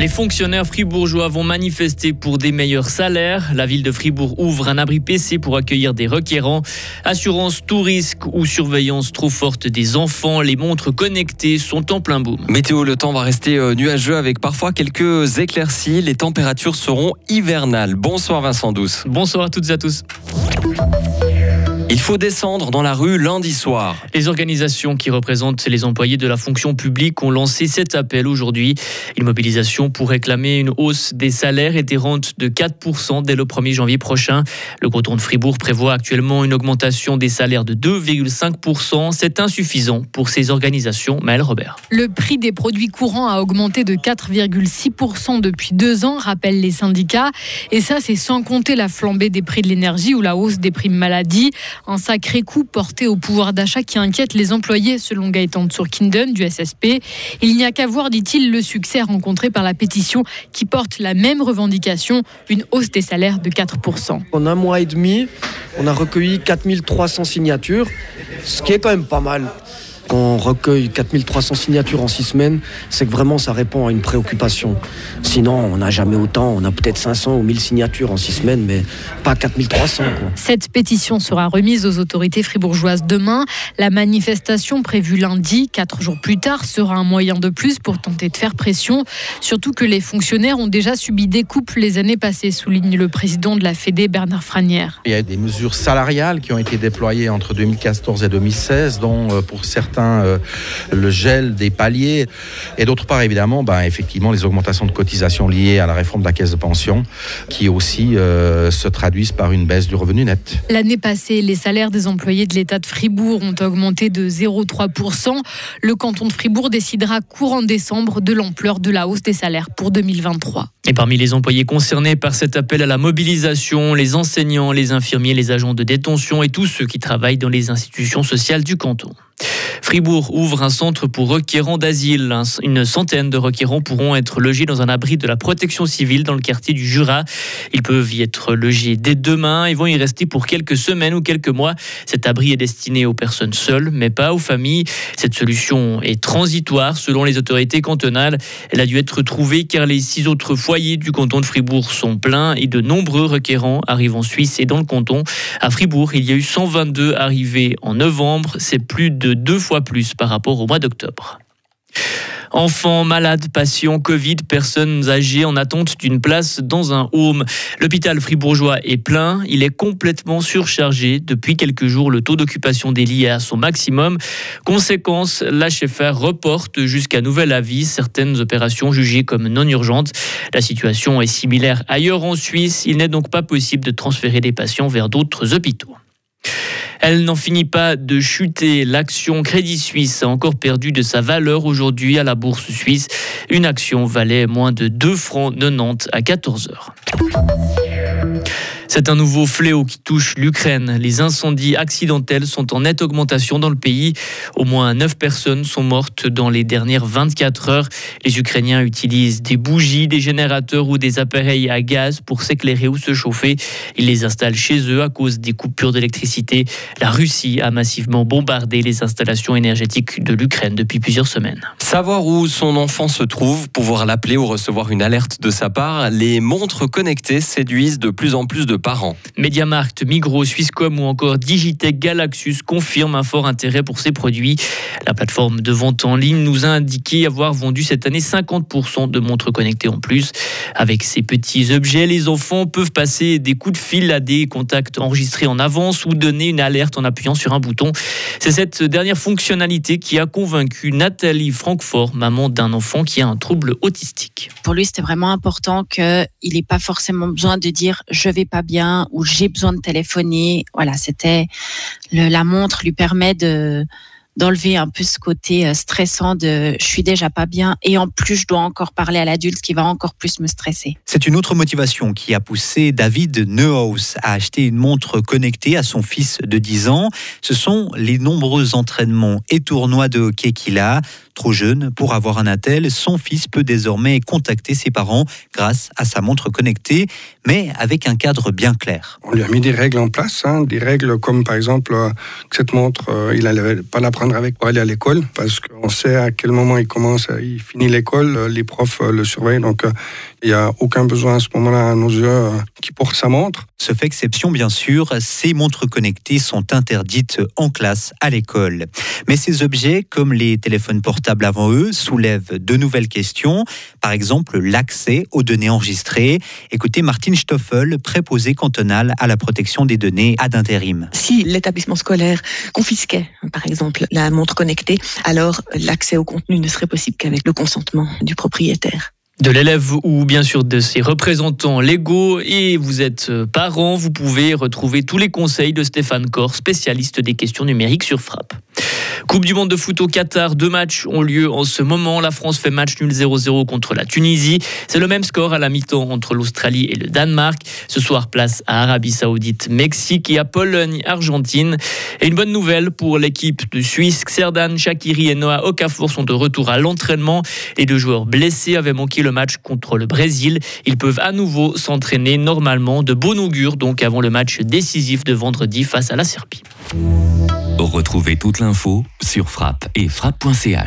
Les fonctionnaires fribourgeois vont manifester pour des meilleurs salaires. La ville de Fribourg ouvre un abri PC pour accueillir des requérants. Assurance tout risque ou surveillance trop forte des enfants. Les montres connectées sont en plein boom. Météo, le temps va rester nuageux avec parfois quelques éclaircies. Les températures seront hivernales. Bonsoir Vincent Douce. Bonsoir à toutes et à tous. Il faut descendre dans la rue lundi soir. Les organisations qui représentent les employés de la fonction publique ont lancé cet appel aujourd'hui. Une mobilisation pour réclamer une hausse des salaires et des rentes de 4% dès le 1er janvier prochain. Le canton de Fribourg prévoit actuellement une augmentation des salaires de 2,5%. C'est insuffisant pour ces organisations. Maëlle Robert. Le prix des produits courants a augmenté de 4,6% depuis 2 ans, rappellent les syndicats. Et ça, c'est sans compter la flambée des prix de l'énergie ou la hausse des primes maladie. Un sacré coup porté au pouvoir d'achat qui inquiète les employés, selon Gaëtan Tsurkinden du SSP. Il n'y a qu'à voir, dit-il, le succès rencontré par la pétition qui porte la même revendication, une hausse des salaires de 4%. En 1 mois et demi, on a recueilli 4300 signatures, ce qui est quand même pas mal. Quand on recueille 4300 signatures en 6 semaines, c'est que vraiment ça répond à une préoccupation. Sinon, on n'a jamais autant. On a peut-être 500 ou 1000 signatures en 6 semaines, mais pas 4300. Cette pétition sera remise aux autorités fribourgeoises demain. La manifestation prévue lundi, 4 jours plus tard, sera un moyen de plus pour tenter de faire pression. Surtout que les fonctionnaires ont déjà subi des coupes les années passées, souligne le président de la Fédé, Bernard Franière. Il y a des mesures salariales qui ont été déployées entre 2014 et 2016, dont pour certains le gel des paliers, et d'autre part évidemment effectivement les augmentations de cotisations liées à la réforme de la caisse de pension qui aussi se traduisent par une baisse du revenu net. L'année passée, les salaires des employés de l'État de Fribourg ont augmenté de 0,3%. Le canton de Fribourg décidera courant décembre de l'ampleur de la hausse des salaires pour 2023. Et parmi les employés concernés par cet appel à la mobilisation, les enseignants, les infirmiers, les agents de détention et tous ceux qui travaillent dans les institutions sociales du canton. Fribourg ouvre un centre pour requérants d'asile. Une centaine de requérants pourront être logés dans un abri de la protection civile dans le quartier du Jura. Ils peuvent y être logés dès demain et vont y rester pour quelques semaines ou quelques mois. Cet abri est destiné aux personnes seules, mais pas aux familles. Cette solution est transitoire selon les autorités cantonales. Elle a dû être trouvée car les 6 autres foyers du canton de Fribourg sont pleins et de nombreux requérants arrivent en Suisse et dans le canton. À Fribourg, il y a eu 122 arrivés en novembre. C'est plus de 2 fois plus par rapport au mois d'octobre. Enfants, malades, patients, Covid, personnes âgées en attente d'une place dans un home. L'hôpital fribourgeois est plein, il est complètement surchargé. Depuis quelques jours, le taux d'occupation des lits est à son maximum. Conséquence, l'HFR reporte jusqu'à nouvel avis certaines opérations jugées comme non urgentes. La situation est similaire ailleurs en Suisse. Il n'est donc pas possible de transférer des patients vers d'autres hôpitaux. Elle n'en finit pas de chuter. L'action Crédit Suisse a encore perdu de sa valeur aujourd'hui à la bourse suisse. Une action valait moins de 2,90 francs à 14 heures. C'est un nouveau fléau qui touche l'Ukraine. Les incendies accidentels sont en nette augmentation dans le pays. Au moins 9 personnes sont mortes dans les dernières 24 heures. Les Ukrainiens utilisent des bougies, des générateurs ou des appareils à gaz pour s'éclairer ou se chauffer. Ils les installent chez eux à cause des coupures d'électricité. La Russie a massivement bombardé les installations énergétiques de l'Ukraine depuis plusieurs semaines. Savoir où son enfant se trouve, pouvoir l'appeler ou recevoir une alerte de sa part, les montres connectées séduisent de plus en plus de parents. Mediamarkt, Migros, Swisscom ou encore Digitech Galaxus confirment un fort intérêt pour ces produits. La plateforme de vente en ligne nous a indiqué avoir vendu cette année 50% de montres connectées en plus. Avec ces petits objets, les enfants peuvent passer des coups de fil à des contacts enregistrés en avance ou donner une alerte en appuyant sur un bouton. C'est cette dernière fonctionnalité qui a convaincu Nathalie Francfort, maman d'un enfant qui a un trouble autistique. Pour lui, c'était vraiment important qu'il n'ait pas forcément besoin de dire « je vais pas bien » ou j'ai besoin de téléphoner. Voilà, la montre lui permet d'enlever un peu ce côté stressant de je suis déjà pas bien et en plus je dois encore parler à l'adulte qui va encore plus me stresser. C'est une autre motivation qui a poussé David Neuhaus à acheter une montre connectée à son fils de 10 ans. Ce sont les nombreux entraînements et tournois de hockey qu'il a. Trop jeune pour avoir un attel, son fils peut désormais contacter ses parents grâce à sa montre connectée, mais avec un cadre bien clair. On lui a mis des règles en place, des règles comme par exemple que cette montre, il n'allait pas la prendre prendre avec pour aller à l'école, parce qu'on sait à quel moment il finit l'école, les profs le surveillent, donc il n'y a aucun besoin à ce moment-là à nos yeux qui porte sa montre. Sauf exception, bien sûr, ces montres connectées sont interdites en classe à l'école. Mais ces objets, comme les téléphones portables avant eux, soulèvent de nouvelles questions. Par exemple, l'accès aux données enregistrées. Écoutez Martine Stoffel, préposée cantonale à la protection des données ad intérim. Si l'établissement scolaire confisquait, par exemple, la montre connectée, alors l'accès au contenu ne serait possible qu'avec le consentement du propriétaire. De l'élève ou bien sûr de ses représentants légaux, et vous êtes parent, vous pouvez retrouver tous les conseils de Stéphane Corr, spécialiste des questions numériques sur Frappe. Coupe du monde de foot au Qatar, 2 matchs ont lieu en ce moment. La France fait match nul 0-0 contre la Tunisie. C'est le même score à la mi-temps entre l'Australie et le Danemark. Ce soir, place à Arabie Saoudite, Mexique et à Pologne, Argentine. Et une bonne nouvelle pour l'équipe de Suisse. Xherdan Shaqiri et Noah Okafor sont de retour à l'entraînement. Les 2 joueurs blessés avaient manqué le match contre le Brésil. Ils peuvent à nouveau s'entraîner normalement, de bon augure donc avant le match décisif de vendredi face à la Serbie. Retrouvez toute l'info sur frappe et frappe.ch.